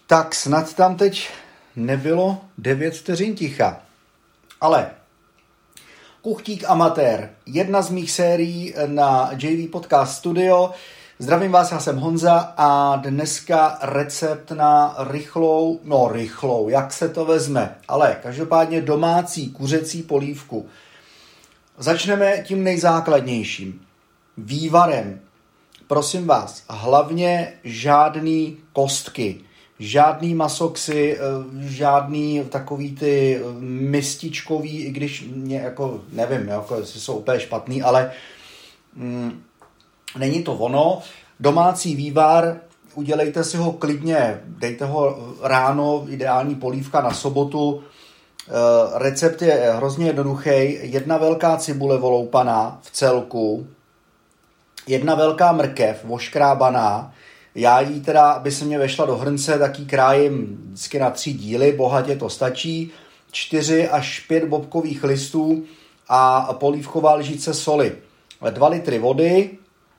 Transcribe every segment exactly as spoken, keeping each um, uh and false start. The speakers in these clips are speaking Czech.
Tak snad tam teď nebylo devět vteřin ticha. Ale Kuchtík amatér, jedna z mých sérií na J V Podcast Studio. Zdravím vás, já jsem Honza a dneska recept na rychlou, no rychlou, jak se to vezme, ale každopádně domácí kuřecí polívku. Začneme tím nejzákladnějším, vývarem. Prosím vás, hlavně žádný kostky, žádný masoxy, žádný takový ty mističkový, i když mě jako, nevím, jako, jestli jsou úplně špatný, ale mm, není to ono. Domácí vývar, udělejte si ho klidně, dejte ho ráno, ideální polívka na sobotu. Recept je hrozně jednoduchý. Jedna velká cibule voloupaná v celku, jedna velká mrkev voškrábaná. Já jí teda, aby se mě vešla do hrnce, tak ji krájím vždycky na tři díly, bohatě to stačí. Čtyři až pět bobkových listů a polívková lžice soli. Dva litry vody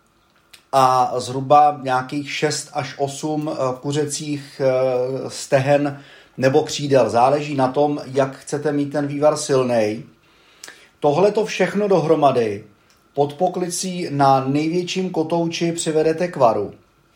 a zhruba nějakých šest až osm kuřecích stehen nebo křídel. Záleží na tom, jak chcete mít ten vývar silnej. Tohle to všechno dohromady pod poklicí na největším kotouči přivedete k varu.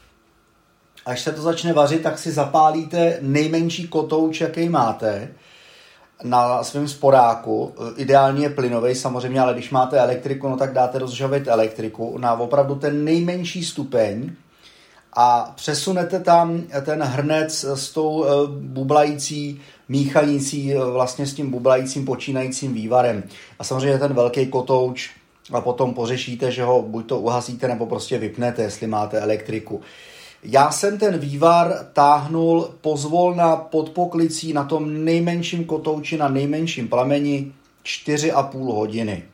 Až se to začne vařit, tak si zapálíte nejmenší kotouč, jaký máte na svém sporáku. Ideálně je plynový samozřejmě, ale když máte elektriku, no tak dáte rozžavit elektriku na opravdu ten nejmenší stupeň a přesunete tam ten hrnec s tou bublající míchanicí, vlastně s tím bublajícím počínajícím vývarem. A samozřejmě ten velký kotouč a potom pořešíte, že ho buď to uhasíte, nebo prostě vypnete, jestli máte elektriku. Já jsem ten vývar táhnul pozvolna pod poklicí na tom nejmenším kotouči, na nejmenším plameni čtyři a půl hodiny.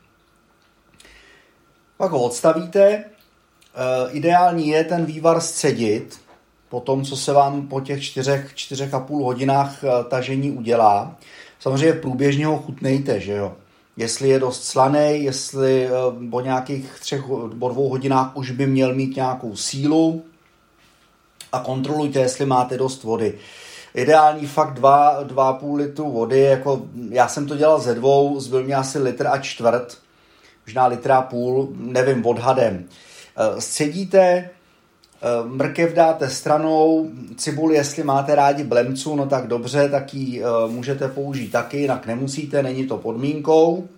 Pak ho odstavíte. E, ideální je ten vývar scedit po tom, co se vám po těch čtyřech, čtyřech a půl hodinách tažení udělá. Samozřejmě průběžně ho chutnejte, že jo. Jestli je dost slanej, jestli po nějakých třech, po dvou hodinách už by měl mít nějakou sílu, a kontrolujte, jestli máte dost vody. Ideální fakt dva, dva a půl litru vody, jako já jsem to dělal ze dvou, zbyl mě asi litr a čtvrt, možná litr a půl, nevím, odhadem. Scedíte, mrkev dáte stranou, cibuli, jestli máte rádi blemcu, no tak dobře, tak ji můžete použít taky, jinak nemusíte, není to podmínkou.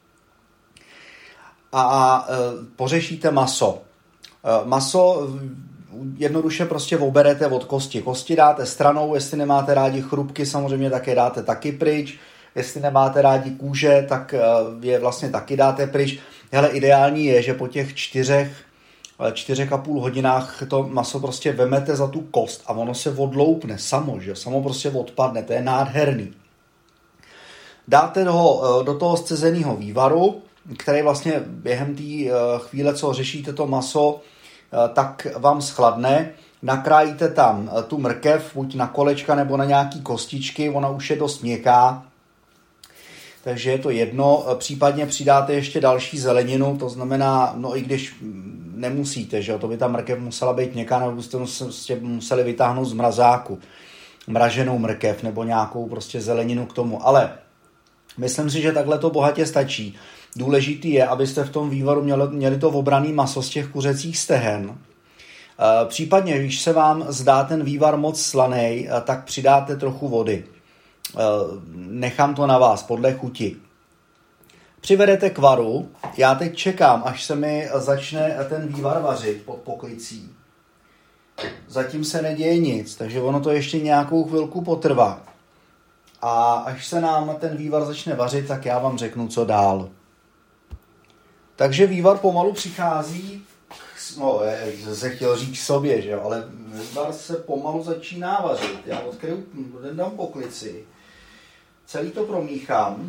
A pořešíte maso. Maso jednoduše prostě oberete od kosti. Kosti dáte stranou, jestli nemáte rádi chrupky, samozřejmě také dáte taky pryč. Jestli nemáte rádi kůže, tak je vlastně taky dáte pryč. Hele, ideální je, že po těch čtyřech, čtyřech a půl hodinách to maso prostě vemete za tu kost a ono se odloupne samo, že samo prostě odpadne, to je nádherný. Dáte ho do toho scezeného vývaru, který vlastně během té chvíle, co řešíte to maso, tak vám schladne, nakrájíte tam tu mrkev, buď na kolečka nebo na nějaký kostičky, ona už je dost měkká, takže je to jedno, případně přidáte ještě další zeleninu, to znamená, no i když nemusíte, že jo, to by ta mrkev musela být měkká, nebo byste museli vytáhnout z mrazáku, mraženou mrkev nebo nějakou prostě zeleninu k tomu, ale myslím si, že takhle to bohatě stačí. Důležitý je, abyste v tom vývaru měli, měli to obraný maso z těch kuřecích stehen. E, případně, když se vám zdá ten vývar moc slanej, tak přidáte trochu vody. E, nechám to na vás, podle chuti. Přivedete k varu. Já teď čekám, až se mi začne ten vývar vařit pod poklicí. Zatím se neděje nic, takže ono to ještě nějakou chvilku potrvá. A až se nám ten vývar začne vařit, tak já vám řeknu, co dál. Takže vývar pomalu přichází, no, se chtěl říct k sobě, že jo, ale vývar se pomalu začíná vařit. Já odkryju, dám poklici, celý to promíchám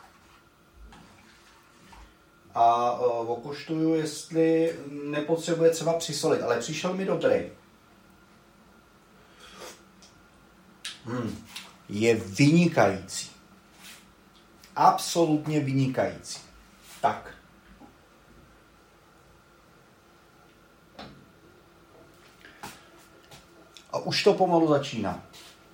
a uh, okoštuju, jestli nepotřebuje třeba přisolit, ale přišel mi dobrý. Hmm. Je vynikající. Absolutně vynikající. Tak. A už to pomalu začíná.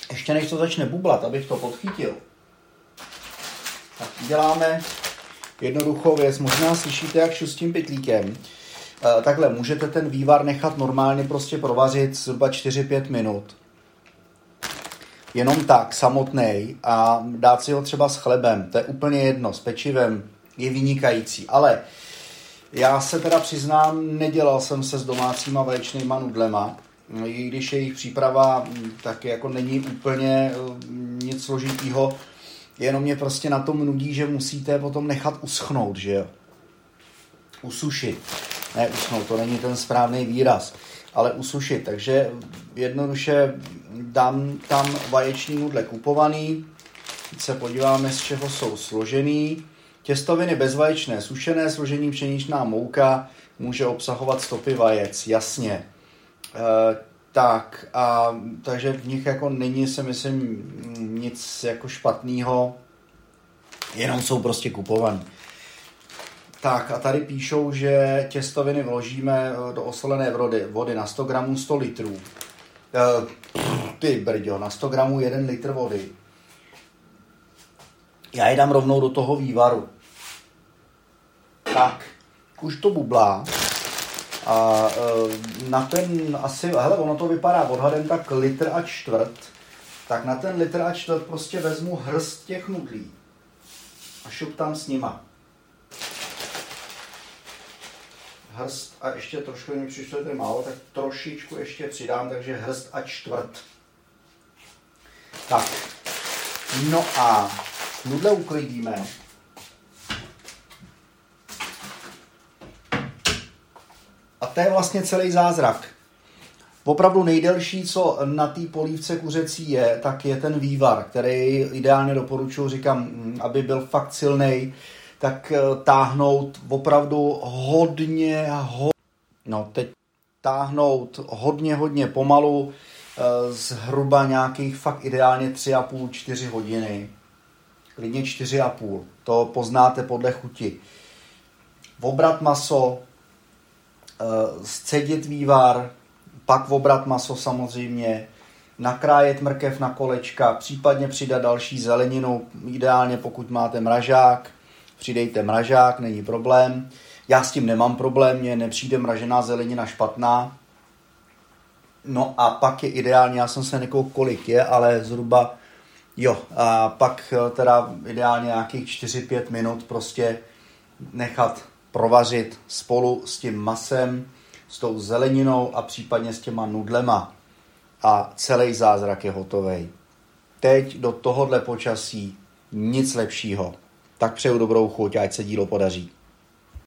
ještě než to začne bublat, abych to podchytil, tak uděláme jednoduchou věc. Možná slyšíte, jak šustím pytlíkem. Takhle, můžete ten vývar nechat normálně prostě provařit zhruba čtyři pět minut. Jenom tak, samotnej, a dát si ho třeba s chlebem. To je úplně jedno, s pečivem je vynikající. Ale já se teda přiznám, nedělal jsem se s domácíma vaječnýma nudlema, i když jejich příprava taky jako není úplně nic složitýho, jenom mě prostě na tom nudí, že musíte potom nechat uschnout, že jo? Usušit. Ne uschnout, to není ten správný výraz, ale usušit. Takže jednoduše dám tam vaječní nudle kupovaný, teď se podíváme, z čeho jsou složený. Těstoviny bezvaječné, sušené složení pšeničná mouka, může obsahovat stopy vajec, jasně. E, tak, a takže v nich jako není, si myslím, nic jako špatného, jenom jsou prostě kupovaný. Tak a tady píšou, že těstoviny vložíme do osolené vody, vody na sto gramů sto litrů. E, ty brďo, na sto gramů jeden litr vody. Já je dám rovnou do toho vývaru. Tak, už to bublá. A e, na ten asi, hele, ono to vypadá odhadem tak litr a čtvrt. Tak na ten litr a čtvrt prostě vezmu hrst těch nudlí. A šup tam s nima. Hrst a ještě trošku mi přišlo tady málo, tak trošičku ještě přidám, takže hrst a čtvrt. Tak, no a nudle uklidíme. A to je vlastně celý zázrak. Opravdu nejdelší, co na té polívce kuřecí je, tak je ten vývar, který ideálně doporučuji, říkám, aby byl fakt silnej, tak táhnout opravdu hodně, ho... no teď táhnout hodně, hodně pomalu, zhruba nějakých fakt ideálně tři a půl, čtyři hodiny. Klidně čtyři a půl. To poznáte podle chuti. Obrat maso, scedit vývar, pak obrat maso samozřejmě, nakrájet mrkev na kolečka, případně přidat další zeleninu, ideálně pokud máte mražák, přidejte mražák, není problém. Já s tím nemám problém, mně nepřijde mražená zelenina špatná. No a pak je ideálně, já jsem se nekoukal, kolik je, ale zhruba, jo, a pak teda ideálně nějakých čtyři pět minut prostě nechat provařit spolu s tím masem, s tou zeleninou a případně s těma nudlema. A celý zázrak je hotovej. Teď do tohohle počasí nic lepšího. Tak přeju dobrou chuť, ať se dílo podaří.